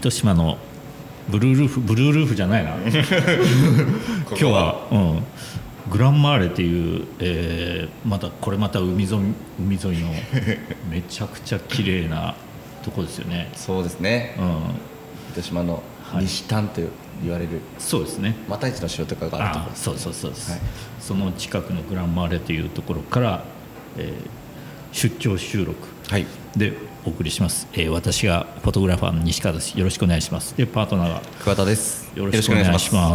糸島のブルールーフじゃないな今日は、グランマーレっていう、また海沿いのめちゃくちゃ綺麗なとこですよね。 そうですね、糸島の西端と言われる、 そうですね、 又市の城とかがあるところです、ね、 そうです、はい、その近くのグランマーレというところから、出張収録でお送りします、私がフォトグラファーの西川です。よろしくお願いします。でパートナーが桑田です。 よろしくお願いします。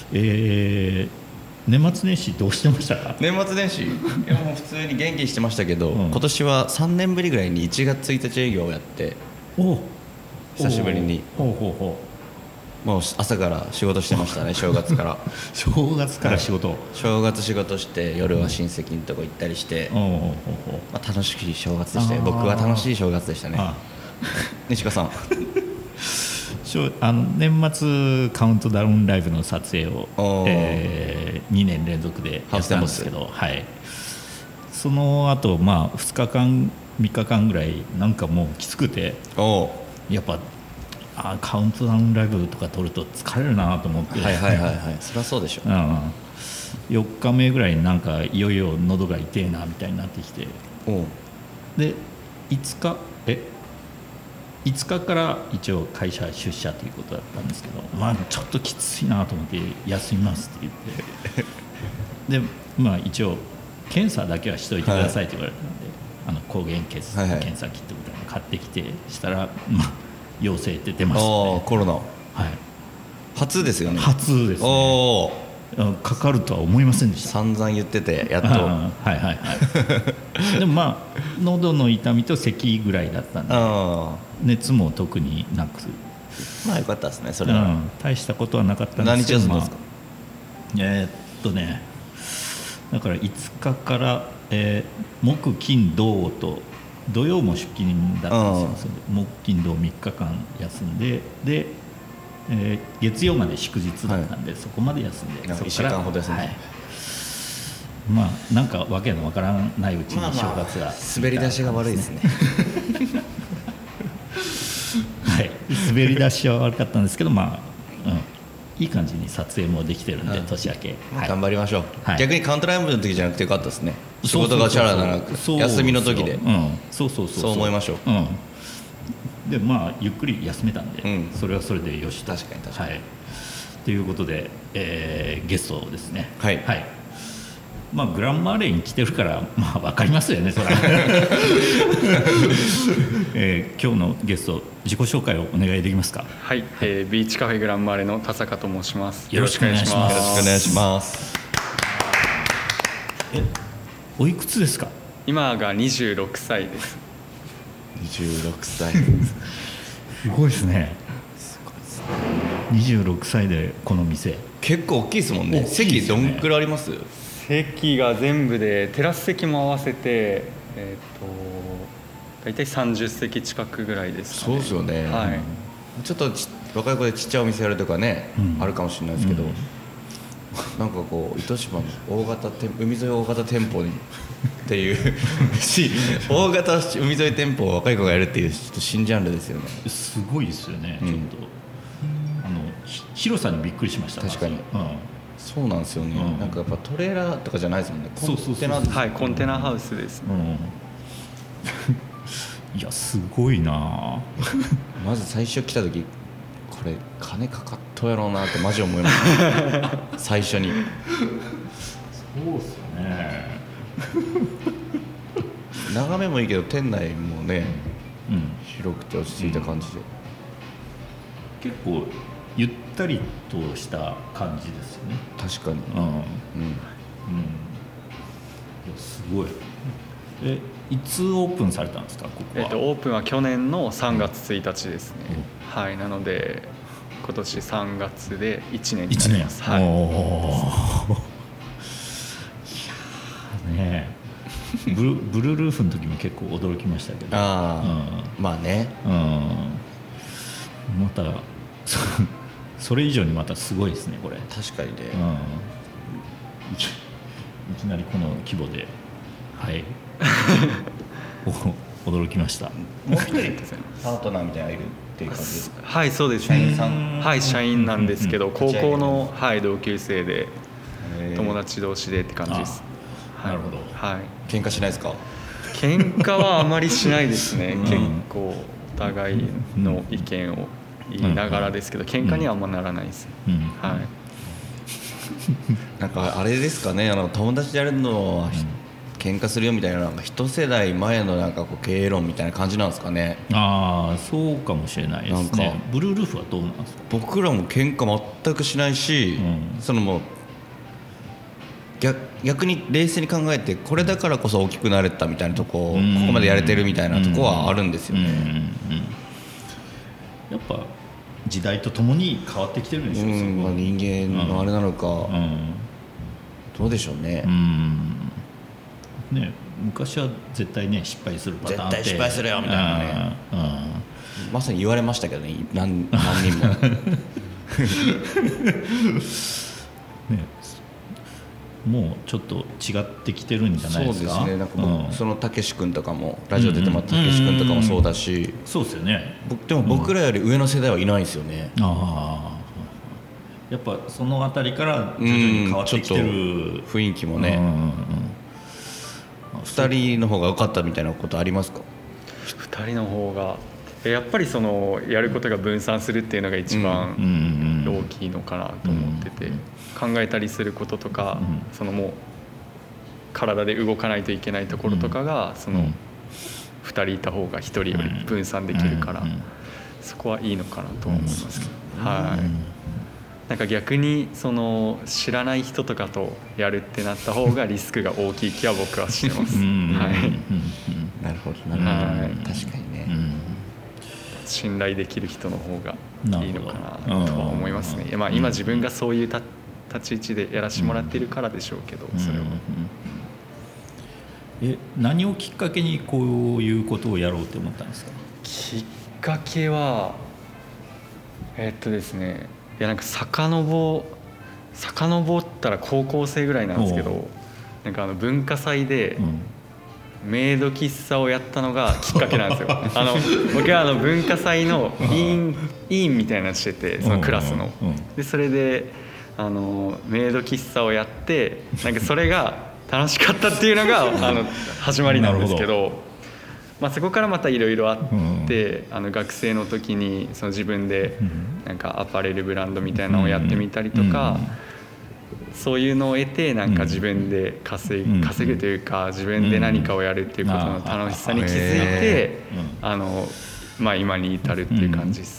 年末年始どうしてましたか？ 年末年始いやもう普通に元気してましたけど、今年は3年ぶりぐらいに1月1日営業をやって、久しぶりにもう朝から仕事してましたね。正月から正月から仕事、 正月仕事して夜は親戚のとこ行ったりして、楽しい正月でしたよ。僕は楽しい正月でしたね。西川さん年末カウントダウンライブの撮影を、2年連続でやったんですけど、はい、その後、2日間3日間ぐらいなんかもうきつくて、やっぱカウントダウンライブとか撮ると疲れるなと思って、 そりゃそうでしょ、 4日目ぐらいになんかいよいよ喉が痛いなみたいになってきて、で5日から一応会社出社ということだったんですけど、ちょっときついなと思って休みますって言ってで、一応検査だけはしといてくださいって言われたので、抗原検査キットみたいなの買ってきてしたら、陽性って出ましたね。 コロナ、初ですよね。 初ですね。かかるとは思いませんでした。 散々言っててやっとでも喉の痛みと咳ぐらいだったんで、熱も特になく、 よかったですね。それは、 大したことはなかったんですけど、 何日休みですか？ だから5日から、木金土と土曜も出勤だったんですよ。木金土3日間休んで、月曜まで祝日だったんで、そこまで休んで、 1週間ほど休んで、 なんかわけのわからないうちに正月が、 滑り出しが悪いですね。 滑り出しは悪かったんですけど、いい感じに撮影もできてるんで、年明け、 頑張りましょう。逆にカウントライブの時じゃなくてよかったですね。仕事がチャラじゃなく休みの時で、そう思いましょう。 でゆっくり休めたんで、それはそれでよしと。 確かに、 ということで、ゲストですね。グランマーレに来てるから分かりますよね、それは。今日のゲスト、自己紹介をお願いできますか？ はい、ビーチカフェグランマーレの田坂と申します。 よろしくお願いします。 よろしくお願いします。 おいくつですか？ 今が26歳です。 26歳すごいですね。26歳でこの店結構大きいですもんね。席どんくらいあります？ 席が全部でテラス席も合わせて大体30席近くぐらいですかね。 そうですよね、ちょっと若い子でちっちゃいお店やるとかね、あるかもしれないですけど、なんかこう糸島の海沿い大型店舗にっていう大型海沿い店舗を若い子がやるっていうちょっと新ジャンルですよね。 すごいですよね。ちょっと広さにびっくりしました。 確かに、そうなんですよね、なんかやっぱトレーラーとかじゃないですもんね。コンテナですね。 はい、コンテナハウスです、 いやすごいな。 まず最初来た時これ金かかっとやろうなってマジ思いました最初に。 そうっすよね。 眺めもいいけど店内もね、広くて落ち着いた感じで、 結構ゆったりとした感じですよね。 確かに。 いやすごい。いつオープンされたんですか、ここは？ オープンは去年の3月1日ですね。なので今年3月で1年になります。 ブルールーフの時も結構驚きましたけど、 またそれ以上にまたすごいですね、これ。 確かにね、 いきなりこの規模で驚きました。 もう一人パートナーみたいなのがいるってっていう感じですか？ はい、そうです社員ね。 さん？ はい、社員なんですけど、 うん高校の、はい、同級生で友達同士でって感じです。 なるほど。 はい。 喧嘩しないですか？ 喧嘩はあまりしないですね。 うん結構お互いの意見を言いながらですけど、喧嘩にはあんまならないです。 うんはい。 なんかあれですかね、友達でやるのは、喧嘩するよみたいな、なんか一世代前のなんかこう経営論みたいな感じなんですかね。 ああ、そうかもしれないですなんねか。 ブルールーフはどうなんですか？ 僕らも喧嘩全くしないし、そのもう逆に冷静に考えて、これだからこそ大きくなれたみたいなとこ、ここまでやれてるみたいなとこはあるんですよね。 やっぱ時代とともに変わってきてるんでしょう、 まあ、人間のあれなのか、どうでしょうね。 ね、昔は絶対ね失敗するパターンって絶対失敗するよみたいなね、まさに言われましたけどね、何人もね、もうちょっと違ってきてるんじゃないですか。 そうですね。なんかもう、そのたけし君とかもラジオ出てもらったたけし君とかもそうだし、 そうですよね。 でも僕らより上の世代はいないんですよね。 やっぱそのあたりから徐々に変わってきてる、 雰囲気もね、2人の方が良かったみたいなことありますか ？2人の方がやっぱりそのやることが分散するっていうのが一番大きいのかなと思ってて、考えたりすることとか、そのもう体で動かないといけないところとかがその2人いた方が1人より分散できるから、そこはいいのかなと思いますけど、はい。なんか逆にその知らない人とかとやるってなった方がリスクが大きい気は僕はしてます。はい。 なるほどなるほど、確かにね、 信頼できる人の方がいいのかなとは思いますね。まあ今自分がそういう立ち位置でやらせてもらっているからでしょうけど、それは。 何をきっかけにこういうことをやろうって思ったんですか？ きっかけはですね、いやなんか遡ったら高校生ぐらいなんですけど、なんか文化祭でメイド喫茶をやったのがきっかけなんですよ。僕は文化祭の委員みたいなのしてて、そのクラスので、それでメイド喫茶をやって、なんかそれが楽しかったっていうのが始まりなんですけど、まあ、そこからまたいろいろあって、学生の時にその自分でなんかアパレルブランドみたいなのをやってみたりとか、そういうのを得てなんか自分で稼ぐというか、自分で何かをやるっていうことの楽しさに気づいて、まあ、今に至るっていう感じです。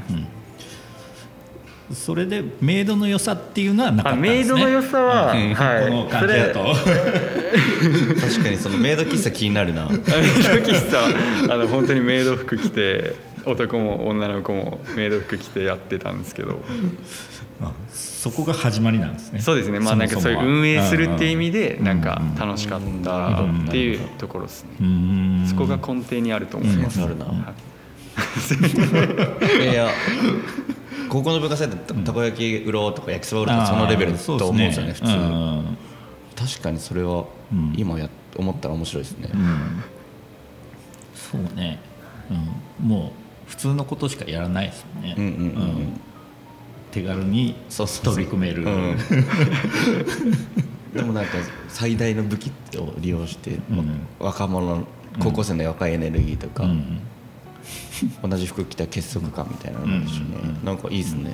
それでメイドの良さっていうのはなかったんですね。 メイドの良さは、 この感じだと確かにそのメイド喫茶気になるな。 メイド喫茶は本当にメイド服着て、男も女の子もメイド服着てやってたんですけど、 そこが始まりなんですね。 そうですね。まあなんかそういう運営するっていう意味でなんか楽しかったっていうところですね。そこが根底にあると思います。 あるな。いや、高校の文化祭でたこ焼き売ろうとか焼きそば売ろうとかそのレベルと思うんですよね、普通。確かにそれは今思ったら面白いですね。 そうね、もう普通のことしかやらないですよね。手軽に取り組める。 でもなんか最大の武器を利用して、若者、高校生の若いエネルギーとか、同じ服着た結束感みたいなのなんでしょうね。なんかいいですね。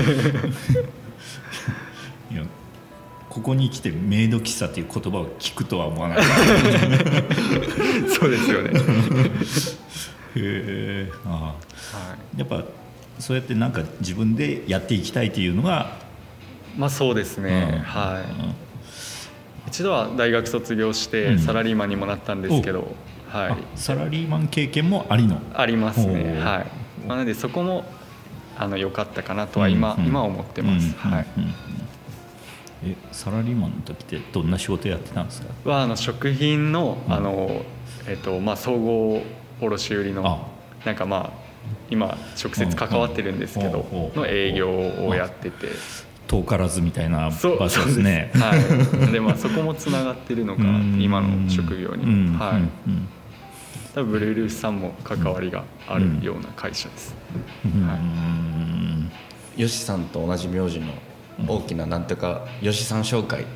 いや、ここに来てメイド喫茶っていう言葉を聞くとは思わなかった。 そうですよね。 やっぱそうやってなんか自分でやっていきたいというのが、 まあそうですね。はい。一度は大学卒業してサラリーマンにもなったんですけど。はい、 サラリーマン経験もありますね。はい。なのでそこも良かったかなとは今思ってます。はい。 サラリーマンの時ってどんな仕事やってたんですか？ は食品のまあ総合卸売のなんかまあ今直接関わってるんですけどの営業をやってて。 遠からずみたいな場所ですね。 はい。でまあそこもつながってるのかな、今の職業にも。はい。 多分ブルールースさんも関わりがあるような会社です、 よしさんと同じ名字の大きななんとかよしさん紹介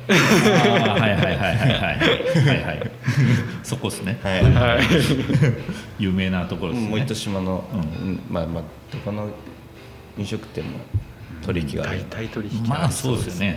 はいそこですね、有名なところですね。 もう糸島の、まあどこの飲食店も取引がある、 大体取引まあそうですよね。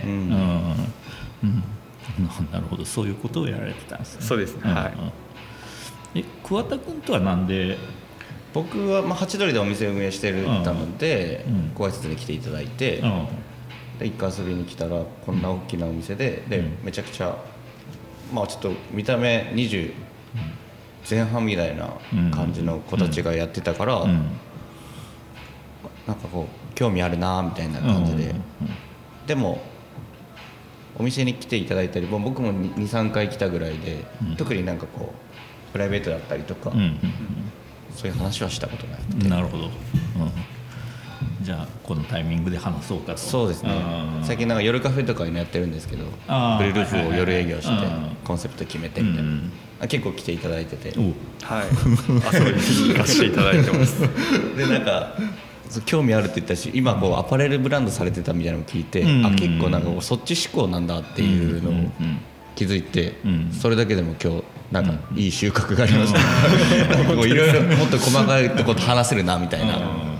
なるほど、そういうことをやられてたんですね。 そうですね。 桑田君とはなんで？僕はハチドリでお店を運営してたので、ご挨拶に来ていただいて、で一回遊びに来たらこんな大きなお店で、めちゃくちゃちょっと見た目20前半みたいな感じの子たちがやってたから、なんかこう興味あるなみたいな感じで、でもお店に来ていただいたり、僕も 2,3 回来たぐらいで、特になんかこうプライベートだったりとか、そういう話はしたことないので。 なるほど、じゃあこのタイミングで話そうかと。 そうですね。最近なんか夜カフェとかやってるんですけど、ブルールーフを夜営業してコンセプト決めてみたいな、結構来ていただいてて、 遊びに行かせていただいてますでなんか興味あるって言ったし、今こうアパレルブランドされてたみたいなのを聞いて、結構なんかそっち志向なんだっていうのを気づいて、それだけでも今日なんかいい収穫がありました。いろいろもっと細かいところ話せるなみたいな。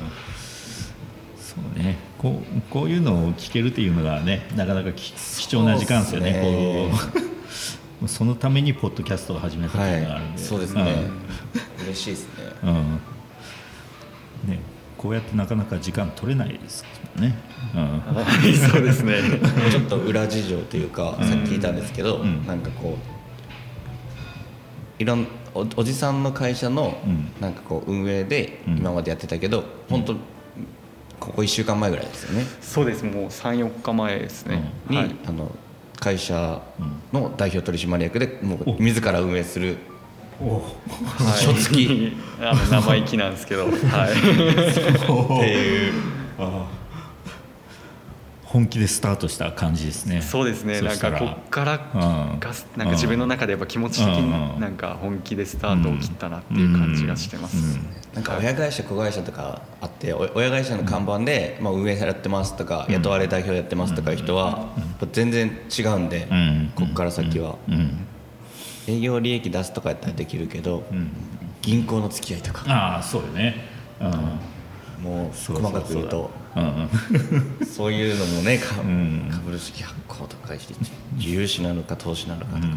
そうね、こういうのを聞けるっていうのがね、なかなか貴重な時間ですよね。そのためにポッドキャストを始めたっていうのがあるんで、 そうですね。嬉しいですね。 ね、こうやってなかなか時間取れないですもんね。 そうですね。 ちょっと裏事情というか、さっき聞いたんですけど、なんかこういろんおじさんの会社のなんかこう運営で今までやってたけど、本当ここ1週間前ぐらいですよね。 そうです。もう 3,4 日前ですね。 に会社の代表取締役でもう自ら運営する。書付き生意気なんですけど、っていう本気でスタートした感じですね。 そうですね。なんかこっからなんか自分の中でやっぱ気持ち的になんか本気でスタートを切ったなっていう感じがしてます。 なんか親会社子会社とかあって、親会社の看板で運営やってますとか、雇われ代表やってますとかいう人は全然違うんで、こっから先は営業利益出すとかやったらできるけど、銀行の付き合いとか、 そうよね。 もう細かく言うとそういうのもね、株式発行とか自由視なのか投資なのかとか、そう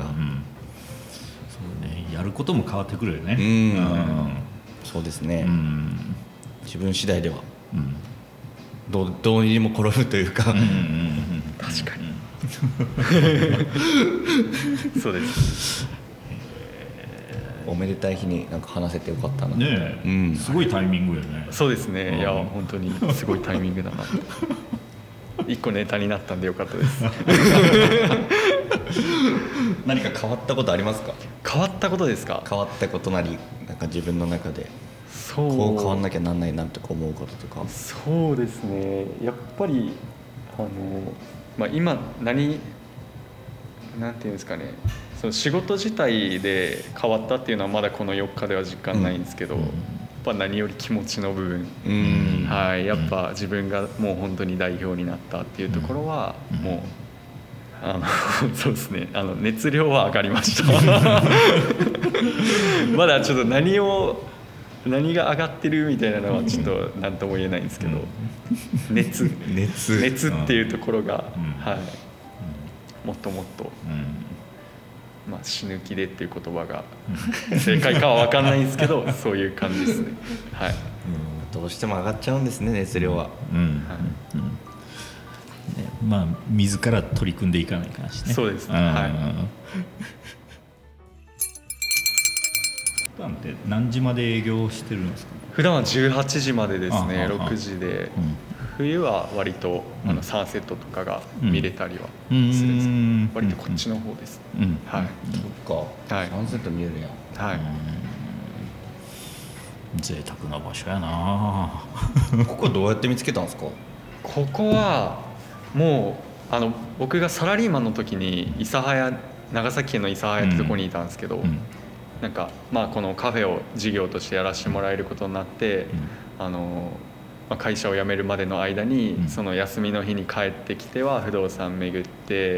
ね、やることも変わってくるよね。 そうですね。自分次第ではどうにも転ぶというか、確かにそうです。 おめでたい日になんか話せてよかったな。 ね、すごいタイミングよね。 そうですね。いや本当にすごいタイミングだな。一個ネタになったんでよかったです。 何か変わったことありますか？ 変わったことですか？ 変わったことなり、なんか自分の中でこう変わんなきゃなんないなとか思うこととか。 そうですね。やっぱり今なんていうんですかね。その仕事自体で変わったっていうのはまだこの4日では実感ないんですけど、やっぱ何より気持ちの部分、やっぱ自分がもう本当に代表になったっていうところはもうそうですね、熱量は上がりましたまだちょっと何が上がってるみたいなのはちょっと何とも言えないんですけど、熱っていうところが、もっともっと、死ぬ気でっていう言葉が正解かは分かんないんですけどそういう感じですね。 どうしても上がっちゃうんですね、熱量は。 自ら取り組んでいかないかしね。 そうですね。 普段って何時まで営業してるんですか？ 普段は18時までですね。6時で、冬は割とサンセットとかが見れたりはするんですけど、割とこっちの方です。 そっか、サンセット見えるやん。 贅沢な場所やなここどうやって見つけたんですか？ ここはもう僕がサラリーマンの時に長崎県の諫早ってとこにいたんですけど、 なんかまあこのカフェを事業としてやらせてもらえることになって、会社を辞めるまでの間にその休みの日に帰ってきては不動産巡って、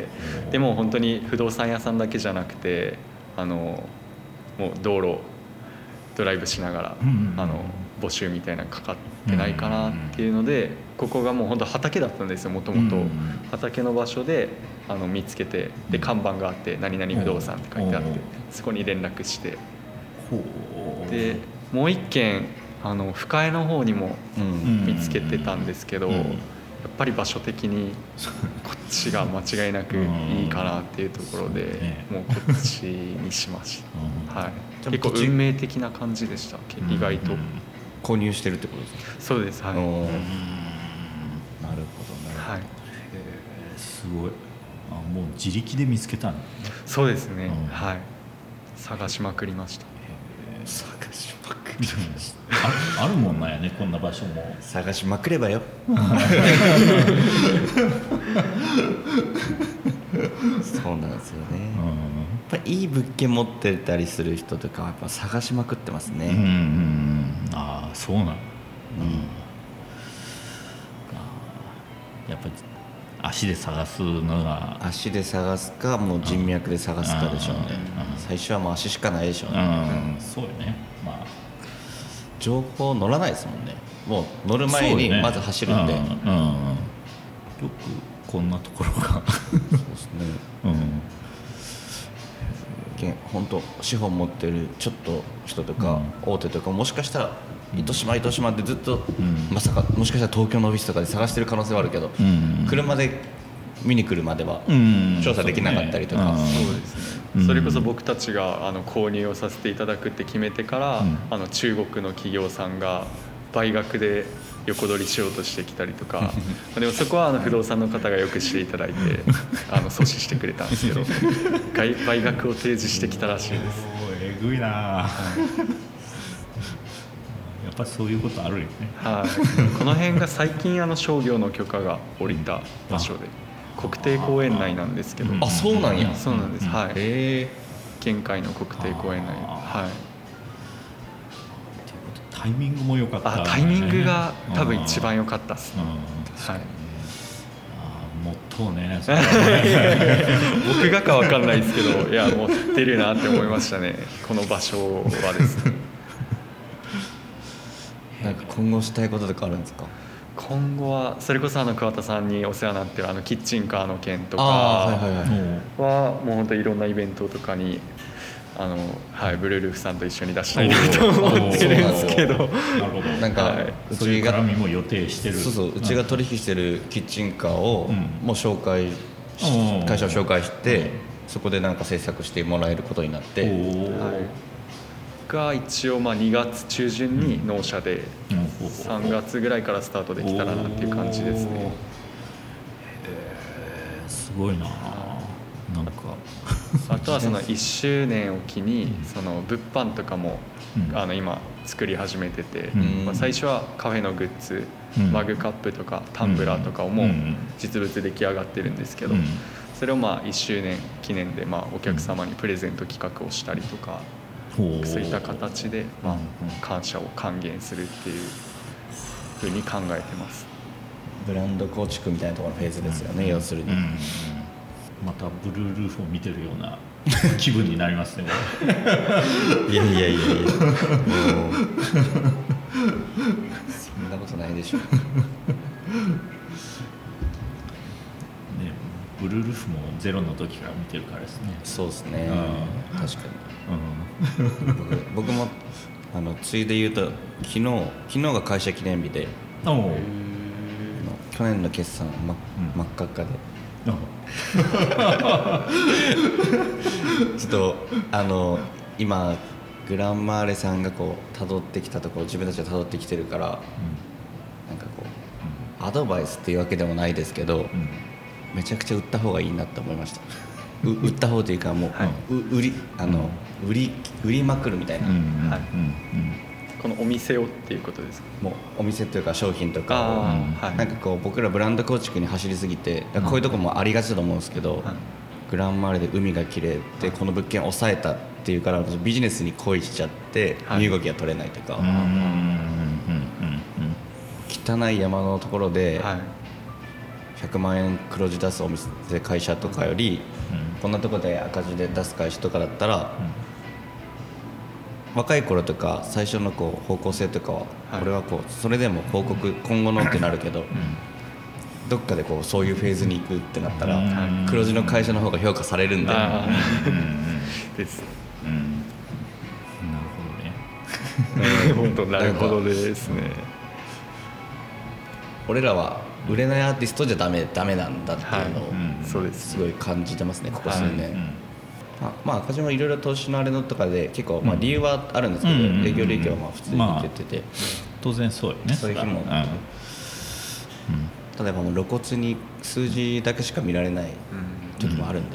でも本当に不動産屋さんだけじゃなくてもう道路ドライブしながら募集みたいなのかかってないかなっていうので、ここがもう本当畑だったんですよ。もともと畑の場所で見つけて、で看板があって何々不動産って書いてあって、そこに連絡して、でもう一軒深江の方にも見つけてたんですけど、やっぱり場所的にこっちが間違いなくいいかなっていうところで、もうこっちにしました。はい、結構運命的な感じでした。意外と購入してるってことですか？ そうです。はい。 なるほどね。 はい。 すごい。もう自力で見つけたんだね。 そうですね。はい。探しまくりました。 探しまくりました。 あるもんなんやね、こんな場所も。 探しまくればよ。そうなんですよね。やっぱいい物件持ってたりする人とかはやっぱ探しまくってますね。 ああ、そうなの。やっぱり足で探すのが、 足で探すかもう人脈で探すかでしょうね。最初はもう足しかないでしょうね。 そうよね。まあ情報乗らないですもんね。もう乗る前にまず走るんで。よくこんなところがそうですね。本当資本持ってるちょっと人とか大手とかもしかしたら糸島ってずっと、まさかもしかしたら東京のオフィスとかで探してる可能性はあるけど、車で見に来るまでは調査できなかったりとか。 そうですね。それこそ僕たちが購入をさせていただくって決めてから、中国の企業さんが倍額で横取りしようとしてきたりとかでもそこは不動産の方がよくしていただいて阻止してくれたんですけど倍額を提示してきたらしいです。 えぐいな、やっぱりそういうことあるよね。 はい、この辺が最近商業の許可が下りた場所で国定公園内なんですけど。 あ、そうなんや。 そうなんです。はい。県外の国定公園内。はい。 タイミングも良かった、ね。 タイミングが多分一番良かったですね。はい。 もっとね。 僕がか分かんないですけど、いやもう出るなって思いましたね。この場所はですね。 なんか今後したいこととかあるんですか？ 今後はそれこそ桑田さんにお世話になってるキッチンカーの件とかはもう本当にいろんなイベントとかにブルールーフさんと一緒に出したいなと思ってるんですけど。 なるほど。なんかうちが絡みも予定してる。 うちが取引してるキッチンカーをもう会社を紹介してそこでなんか制作してもらえることになって。 が一応2月中旬に納車で3月ぐらいからスタートできたらなっていう感じですね。 すごいな。なんかあとは1周年を機に物販とかも今作り始めてて、最初はカフェのグッズ、マグカップとかタンブラーとかをもう実物出来上がってるんですけど、それを1周年記念でお客様にプレゼント企画をしたりとか、そういった形で感謝を還元するっていうふうに考えてます。 ブランド構築みたいなところのフェーズですよね、要するに。 またブルールーフを見てるような気分になりますね。 いやもうそんなことないでしょ。 ブルールーフもゼロの時から見てるからですね。 そうですね、確かに。僕もついで言うと昨日が会社記念日で、去年の決算真っ赤っかで、ちょっと今グランマーレさんが辿ってきたところ自分たちが辿ってきてるから、なんかアドバイスっていうわけでもないですけど、めちゃくちゃ売った方がいいなって思いました。売った方というかもう、売りまくるみたいな、 このお店をっていうことですか？ もうお店というか商品とかを、なんか僕らブランド構築に走りすぎて、こういうとこもありがちだと思うんですけど、グランマーレで海が綺麗でこの物件抑えたっていうからビジネスに恋しちゃって身動きが取れないとか、汚い山のところで100万円黒字出すお店会社とかより、こんなところで赤字で出す会社とかだったら、若い頃とか最初のこう方向性とかは、俺はこうそれでも広告今後のってなるけど、どっかでこうそういうフェーズに行くってなったら、黒字の会社の方が評価されるんで、 です。 なるほどね。 本当なるほどですね。 俺らは売れないアーティストじゃダメなんだっていうのをそうです。 すごい感じてますね、ここ数年。まあ赤字もいろいろ投資のあれのとかで結構まあ理由はあるんですけど、営業利益はまあ普通に出てて、 当然そうよね。 そういう日も、例えばもう露骨に数字だけしか見られない時もあるんで、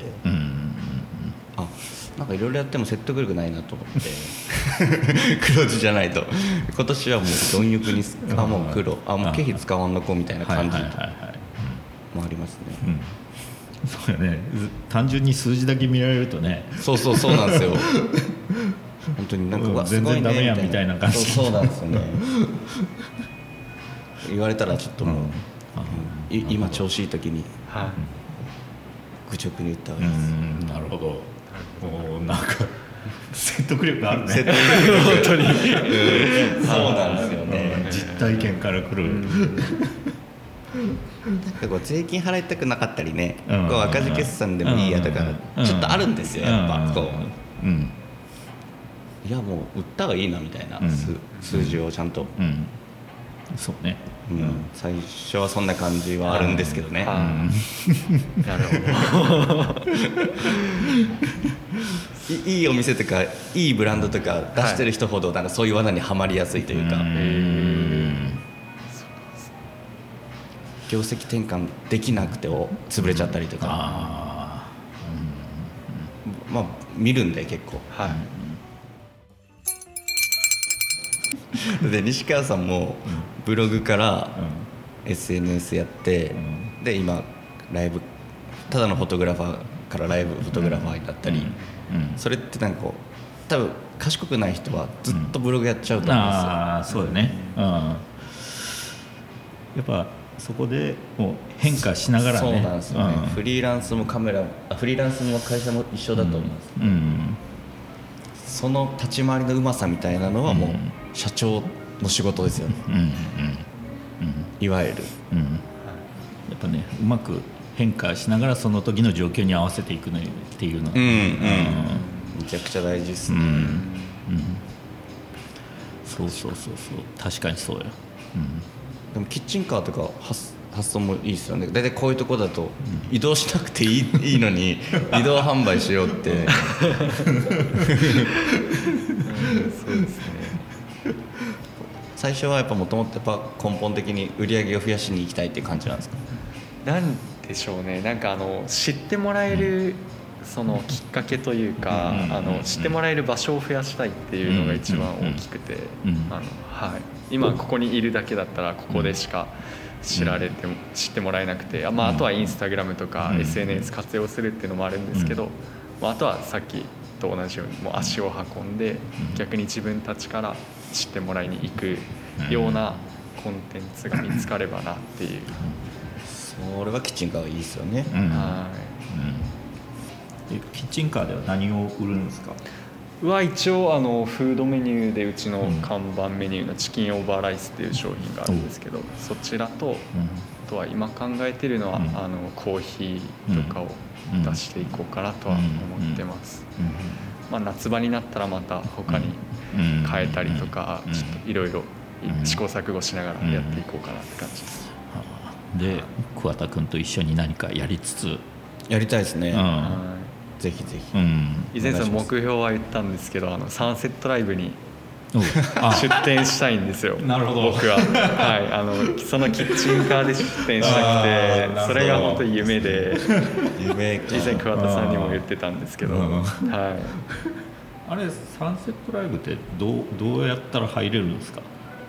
なんかいろいろやっても説得力ないなと思って黒字じゃないと今年はもう貪欲にもう黒もう経費使わんのこみたいな感じもありますね。 そうよね。単純に数字だけ見られるとね、 そうなんですよ本当になんか全然ダメやんみたいな感じ。 そうなんですよね言われたらちょっともう、今調子いい時に愚直に言った方がいいです。 なるほど。なんか説得力あるね。 説得力本当にそうなんですよね。 実体験から来る。 こう税金払いたくなかったりね、こう赤字決算でもいいやとかちょっとあるんですよ、やっぱこう、いやもう売った方がいいなみたいな、数字をちゃんと、 そうね、 最初はそんな感じはあるんですけどね。 なるほどいいお店とかいいブランドとか出してる人ほどなんかそういう罠にはまりやすいというか、業績転換できなくて潰れちゃったりとか、まあ見るんで結構、で西川さんもブログから SNS やって、で今ライブただのフォトグラファーからライブフォトグラファーになったり、それってなんかこう多分賢くない人はずっとブログやっちゃうと思うんですよ。 そうだね。やっぱそこでもう変化しながらね。 そうなんですよね。フリーランスもフリーランスも会社も一緒だと思います。その立ち回りのうまさみたいなのはもう社長の仕事ですよね。いわゆる、 やっぱねうまく変化しながらその時の状況に合わせていくのっていうのは、 めちゃくちゃ大事ですね。 そう確かにそうや。 でもキッチンカーとか発想もいいですよね。大体こういうとこだと移動しなくていいのに移動販売しようってそうですね。 最初はやっぱもともと根本的に売り上げを増やしに行きたいっていう感じなんですか？ なんでしょうね。なんか知ってもらえるそのきっかけというか、知ってもらえる場所を増やしたいっていうのが一番大きくて、今ここにいるだけだったらここでしか知ってもらえなくて、あとはインスタグラムとか SNS 活用するっていうのもあるんですけど、あとはさっきと同じようにもう足を運んで逆に自分たちから知ってもらいに行くようなコンテンツが見つかればなっていう。 それはキッチンカーがいいですよね。 キッチンカーでは何を売るんですか？ 一応フードメニューでうちの看板メニューのチキンオーバーライスっていう商品があるんですけど、そちらと、あとは今考えてるのは、コーヒーとかを出していこうかなとは思ってます。夏場になったらまた他に変えたりとか、ちょっといろいろ試行錯誤しながらやっていこうかなって感じです。 で桑田君と一緒に何かやりつつやりたいですね。ぜひぜひ。 以前その目標は言ったんですけど、サンセットライブに出店したいんですよ。 なるほど。 僕はそのキッチンカーで出店したくて、それが本当に夢で、以前桑田さんにも言ってたんですけど、 あれサンセットライブってどうやったら入れるんですか？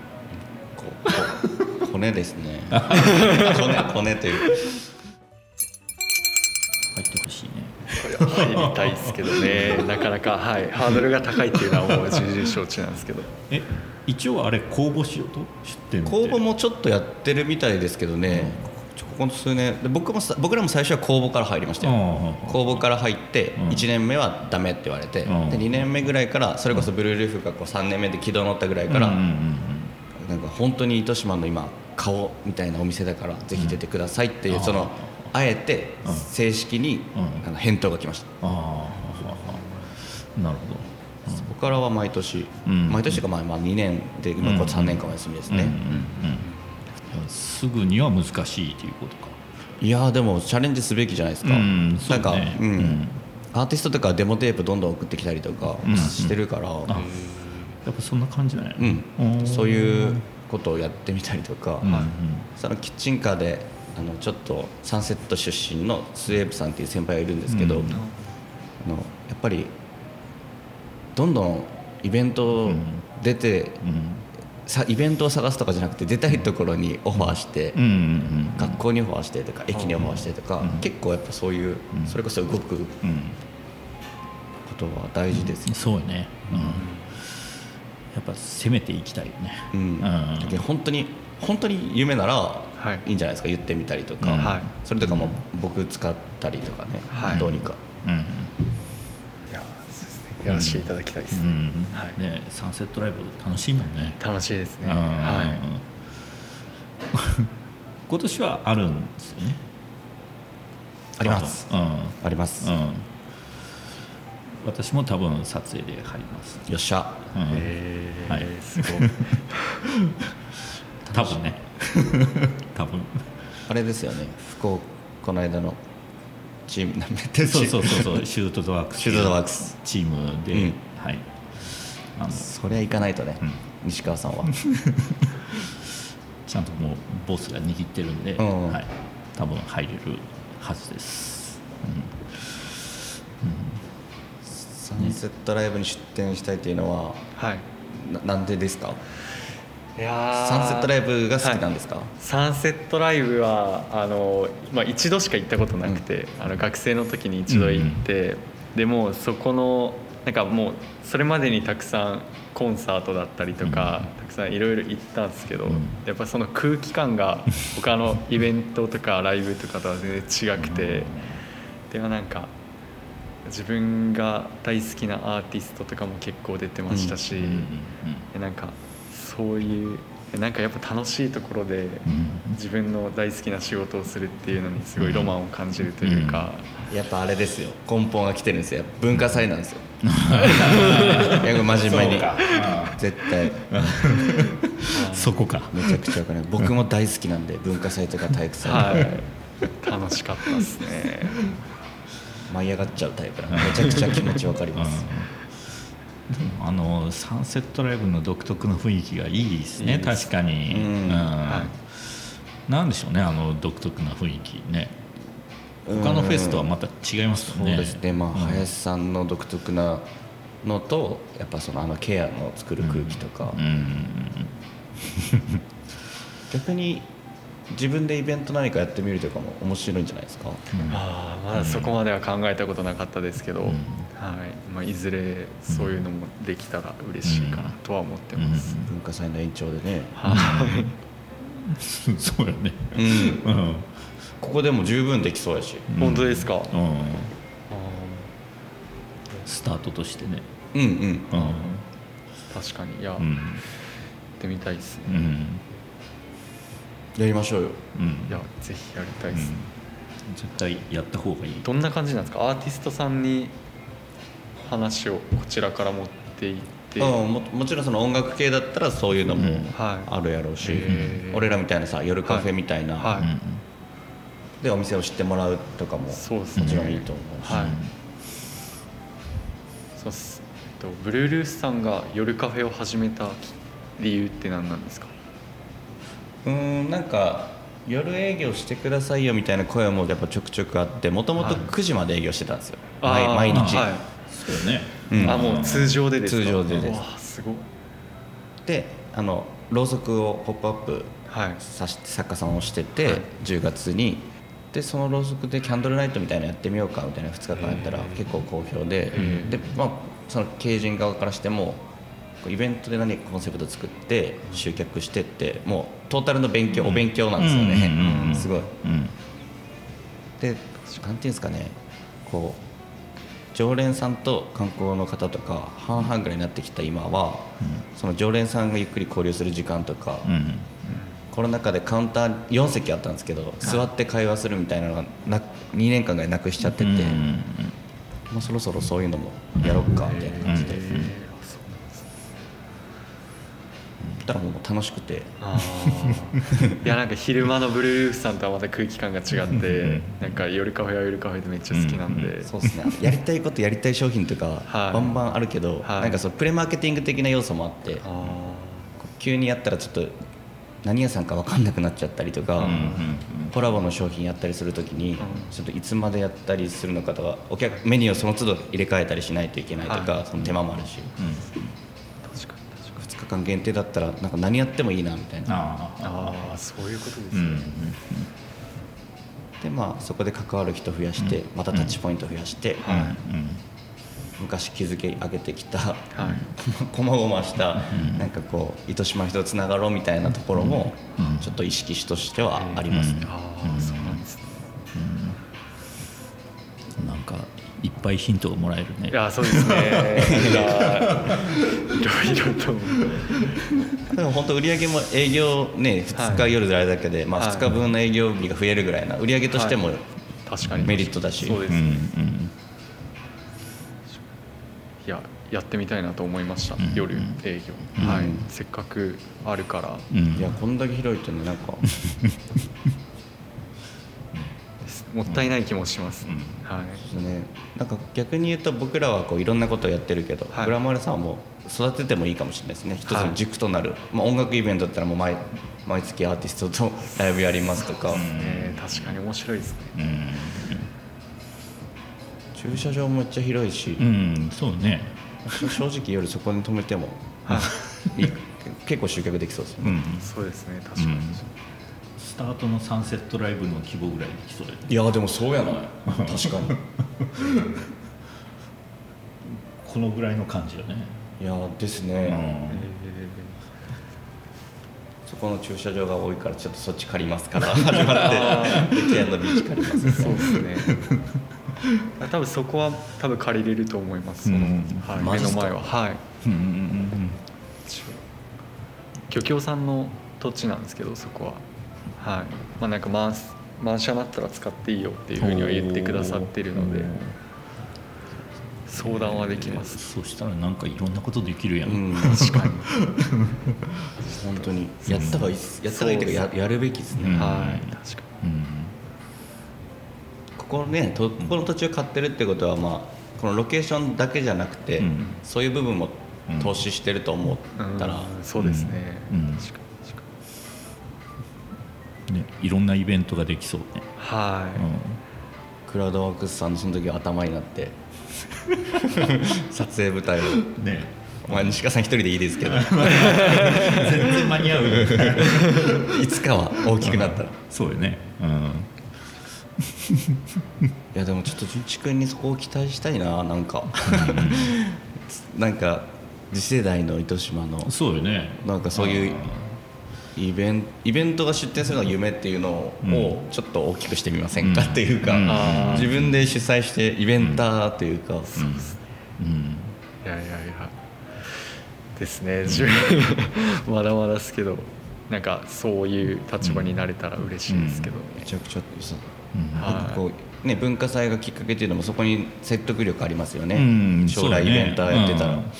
骨ですね。骨という。 入ってほしいね。 入りたいですけどねなかなか、はい、ハードルが高いっていうのはもう重々承知なんですけど一応あれ公募しようと出店公募もちょっとやってるみたいですけどね、ここ数年で僕らも最初は公募から入りましたよ。公募から入って1年目はダメって言われて、で2年目ぐらいからそれこそブルールーフがこう3年目で軌道に乗ったぐらいから、なんか本当に糸島の今顔みたいなお店だからぜひ出てくださいっていう、そのあえて正式に返答が来ました。 なるほど。 そこからは毎年がまあ2年で今こう3年間お休みですね。 すぐには難しいということか。 いやでもチャレンジすべきじゃないですか。なんか、アーティストとかデモテープどんどん送ってきたりとかしてるから、 やっぱそんな感じなんや、 そういうことをやってみたりとか、そのキッチンカーでちょっとサンセット出身のスウェーブさんっていう先輩がいるんですけど、やっぱりどんどんイベント出て、イベントを探すとかじゃなくて出たいところにオファーして、学校にオファーしてとか駅にオファーしてとか、結構やっぱそういうそれこそ動くことは大事ですよね。 そうね、やっぱ攻めていきたいよね。 だけど本当に夢ならいいんじゃないですか、言ってみたりとか、それとかも僕使ったりとかね、どうにか。 やらせていただきたいですね。 サンセットライブ楽しいもんね。 楽しいですね。 今年はあるんですよね。 あります。あります。 私も多分撮影で入ります。 よっしゃ。 すごい。 多分ね。多分。 あれですよね。この間のチームそうシュートドワークスチームで、 そりゃ行かないとね、西川さんはちゃんともうボスが握ってるんで、多分入れるはずです。 サンセットライブに出店したいっていうのは、なんでですか？サンセットライブが好きなんですか？ サンセットライブは一度しか行ったことなくて、学生の時に一度行って、でもそこのなんかもうそれまでにたくさんコンサートだったりとか、たくさんいろいろ行ったんですけど、やっぱその空気感が他のイベントとかライブとかとは全然違くて、でもなんか自分が大好きなアーティストとかも結構出てましたし、なんかそういうなんかやっぱ楽しいところで自分の大好きな仕事をするっていうのにすごいロマンを感じるというか、 やっぱあれですよ、根本が来てるんですよ。文化祭なんですよ。真面目に絶対そこか。 めちゃくちゃ分かる。僕も大好きなんで、文化祭とか体育祭、 楽しかったですね。 舞い上がっちゃうタイプなんで、めちゃくちゃ気持ち分かります。 サンセットライブの独特の雰囲気がいいですね。確かに、なんでしょうね、独特な雰囲気ね。他のフェスとはまた違いますよね。 そうですね、林さんの独特なのと、やっぱそのケアの作る空気とか、逆に自分でイベント何かやってみるとかも面白いんじゃないですか？ まだそこまでは考えたことなかったですけど、いずれそういうのもできたら嬉しいかなとは思ってます。 文化祭の延長でね。 そうよね。 ここでも十分できそうやし。 本当ですか？ スタートとしてね。 確かに、やってみたいですね。 やりましょうよ。 いや、ぜひやりたいですね。 絶対やった方がいい。 どんな感じなんですか？アーティストさんに話をこちらから持っていって、 もちろんその音楽系だったらそういうのもあるやろうし、俺らみたいなさ、夜カフェみたいなでお店を知ってもらうとかももちろんいいと思うし。 そうっす。ブルールースさんが夜カフェを始めた理由って何なんですか？ なんか夜営業してくださいよみたいな声もやっぱちょくちょくあって、もともと9時まで営業してたんですよ、毎日。 そうね。 もう通常でですか？ 通常でです。 すごい。 でろうそくをポップアップさせて作家さんをしてて、10月にでそのろうそくでキャンドルナイトみたいなのやってみようかみたいな2日間やったら結構好評で、でまあその経営陣側からしてもイベントで何かコンセプト作って集客してってもうトータルの勉強、お勉強なんですよね、すごい、でなんていうんですかね、こう常連さんと観光の方とか半々ぐらいになってきた今は、その常連さんがゆっくり交流する時間とか、コロナ禍でカウンター4席あったんですけど、座って会話するみたいなのが2年間ぐらいなくしちゃってて、もうそろそろそういうのもやろっかみたいな感じで、たらもう楽しくて、 いやなんか昼間のブルールーフさんとはまた空気感が違ってなんか夜カフェは夜カフェでめっちゃ好きなんで、 そうですね、やりたいことやりたい商品とかバンバンあるけど、なんかそのプレマーケティング的な要素もあって、急にやったらちょっと何屋さんか分かんなくなっちゃったりとか、コラボの商品やったりするときにちょっといつまでやったりするのかとか、メニューをその都度入れ替えたりしないといけないとか、その手間もあるし、2日間限定だったらなんか何やってもいいなみたいな。 そういうことですね。 でまあそこで関わる人増やして、またタッチポイント増やして、昔築き上げてきたこまごましたなんかこう糸島人とつながろうみたいなところもちょっと意識としてはありますね。 そうなんですね。 なんかいっぱいヒントがもらえるね。 いやそうですね。いろいろと。 でも本当売り上げも営業ね2日夜であれだけで、まあ2日分の営業日が増えるぐらいな売り上げとしても確かにメリットだし。 そうです。いややってみたいなと思いました、夜営業、せっかくあるから、 いやこんだけ広いってね、なんかもったいない気もします、ね、 なんか逆に言うと僕らはこういろんなことをやってるけど、グラマルさんはもう育ててもいいかもしれないですね、一つの軸となる、まあ、音楽イベントだったらもう毎月アーティストとライブやりますとか、 確かに面白いですね、 駐車場もめっちゃ広いし、 そうね、 正直夜そこに止めても結構集客できそうですよね、 そうですね、確かに、 スタートのサンセットライブの規模ぐらいできそうやね。 いやでもそうやな確かにこのぐらいの感じよね。 いやですね、そこの駐車場が多いからちょっとそっち借りますから始まってケアのビーチ借りますね。 そうですね多分そこは多分借りれると思います、目の前は。はい、漁協さんの土地なんですけど、そこは、はい、まあなんか満車になったら使っていいよっていうふうには言ってくださってるので相談はできます。 そしたらなんかいろんなことできるやん、 確かに本当にやった方がいいというかやるべきですね、 はい、確かに、 ここの土地を買ってるってことは、まあ、このロケーションだけじゃなくて、そういう部分も投資してると思ったら、 そうですね、確かにね、いろんなイベントができそうね。 はい、 クラウドワークスさんのその時は頭になって撮影舞台をね、 まあ、西川さん一人でいいですけど全然間に合ういつかは大きくなったら、 そうよね、 いやでもちょっと純一君にそこを期待したいな、なんかなんか次世代の糸島のそうよね、 なんかそういうイベントが出店するのが夢っていうのをちょっと大きくしてみませんかっていうか、自分で主催してイベンターというか、 いやですね、自分まだまだですけど、なんかそういう立場になれたら嬉しいですけどね。 めちゃくちゃさ、こうね、文化祭がきっかけっていうのもそこに説得力ありますよね、将来イベンターやってたら。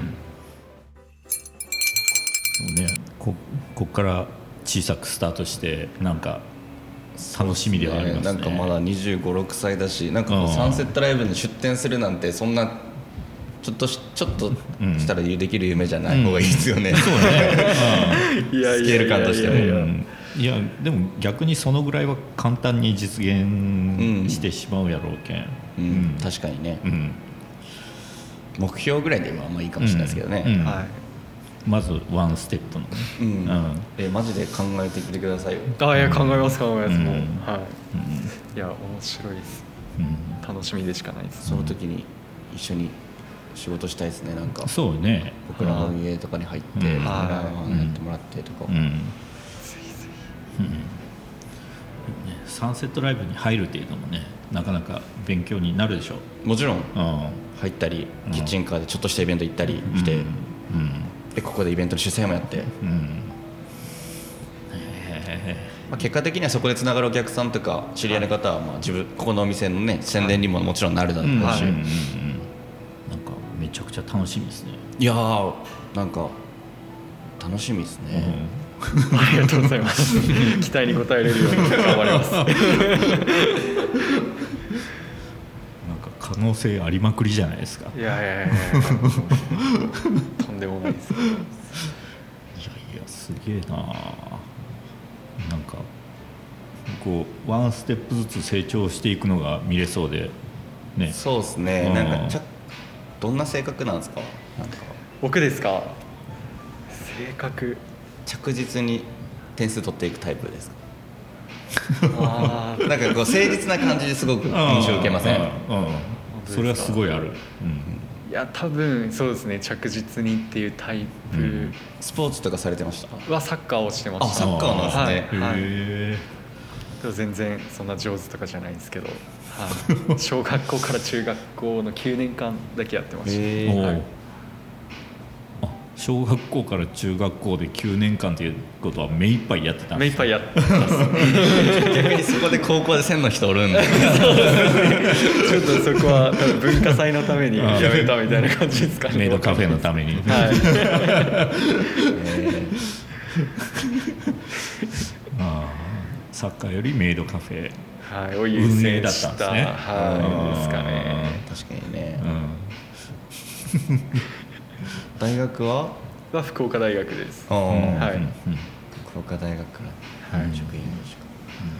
こっから小さくスタートしてなんか楽しみではありますね。 なんかまだ25、6歳だし、なんかこうサンセットライブに出店するなんてそんなちょっとしたらできる夢じゃない方がいいですよね。そうね。スケール感としても。 いやでも逆にそのぐらいは簡単に実現してしまうやろうけん。 確かにね。目標ぐらいで今はまあいいかもしれないですけどね。 まずワンステップのね、 マジで考えてきてくださいよ。 いや考えますもう、はい、 うんいや面白いです、 うん楽しみでしかないです。 その時に一緒に仕事したいですね。なんかそうね、 僕ら運営とかに入って、 うん僕らやってもらってとか、 サンセットライブに入るっていうのもね、なかなか勉強になるでしょ。 もちろんうん入ったり、キッチンカーでちょっとしたイベント行ったりして、でここでイベントの主催もやって、結果的にはそこでつながるお客さんとか知り合いの方は、自分ここのお店のね宣伝にももちろんなるだろうし、 なんかめちゃくちゃ楽しみですね。 いやーなんか楽しみですね、 ありがとうございます期待に応えれるように頑張りますなんか可能性ありまくりじゃないですか。 いやとんでもないです。 いやすげえな。なんかこうワンステップずつ成長していくのが見れそうでね。 そうですね、なんかどんな性格なんですか。なんか僕ですか。性格着実に点数取っていくタイプですあか。なんかこう誠実な感じですごく印象受けません。 それはすごいある、 いや多分そうですね、着実にっていうタイプ、 スポーツとかされてました。 はサッカーをしてました。 あ、サッカーなんですね。 へでも全然そんな上手とかじゃないんですけど、小学校から中学校の9年間だけやってました。 え。小学校から中学校で9年間ということは目いっぱいやってたんですか。 目いっぱいやってます逆にそこで高校で1000の人おるんでちょっとそこは多分文化祭のためにやめたみたいな感じですかね。 メイドカフェのために、サッカーよりメイドカフェを優運営先だったんですね。 ですかね。 確かにね、大学は福岡大学です。 福岡大学から職員の資格。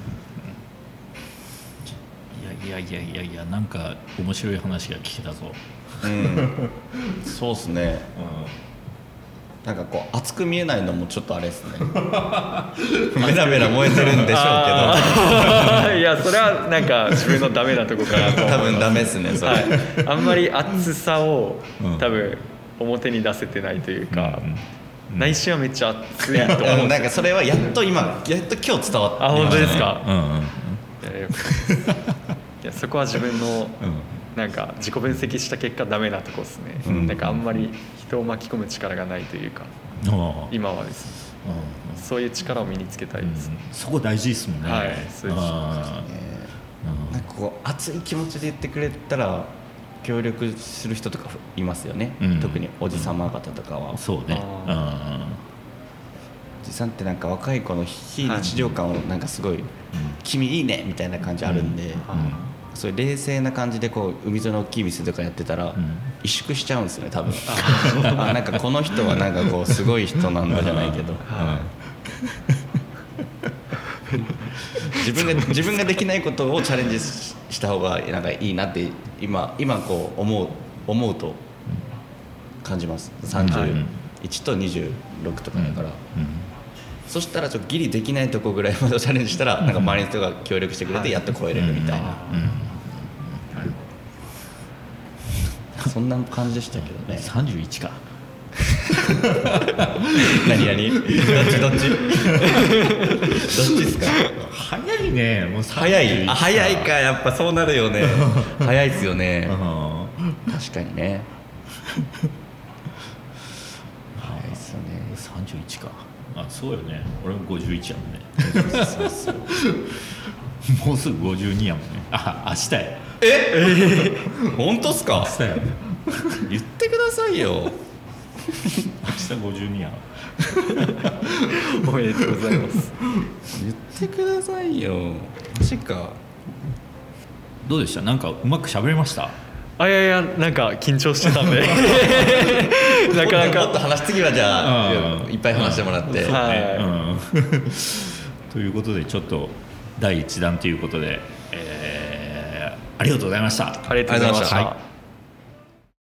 いやなんか面白い話が聞けたぞ。 そうっすね、なんかこう熱く見えないのもちょっとあれですねメラメラ燃えてるんでしょうけどいやそれはなんか自分のダメなとこかなと思います。 多分ダメですねそれ、 あんまり熱さを多分表に出せてないというか、内心はめっちゃ熱いと思う。 なんかそれはやっと今日伝わってあ、本当ですか。いやそこは自分のなんか自己分析した結果ダメなとこですね。なんかあんまり人を巻き込む力がないというか、今はですね、そういう力を身につけたいです。 そこ大事ですもんね。 そうです。 なんかこう熱い気持ちで言ってくれたら協力する人とかいますよね、特におじさま方とかは。 そうね、 おじさんってなんか若い子の非日常感をなんかすごい、君いいねみたいな感じあるんで、そういう冷静な感じでこう海沿いの大きい店とかやってたら、萎縮しちゃうんですよね多分なんかこの人はなんかこうすごい人なんだじゃないけど、自分ができないことをチャレンジした方がなんかいいなって今こう思うと感じます。31と26とかだから、そしたらちょっとギリできないとこぐらいまでチャレンジしたら、なんか周りの人が協力してくれてやっと超えれるみたいな、そんな感じでしたけどね。 31か何どっちですか。 早いね。もう早いか。やっぱそうなるよね早いっすよね確かにね早いっすよね。 31か。あ、そうよね。俺も51やもんね。もうすぐ52やもんね。あ、明日や。 本当っすか。 明日や。 言ってくださいよ明日52や。 おめでとうございます。 言ってくださいよ。マジか。 どうでした。なんかうまく喋れました。 いやなんか緊張してたんでなかなかもっと話次はじゃあいっぱい話してもらって、 ということでちょっと第1弾ということで、ありがとうございました。 ありがとうございました。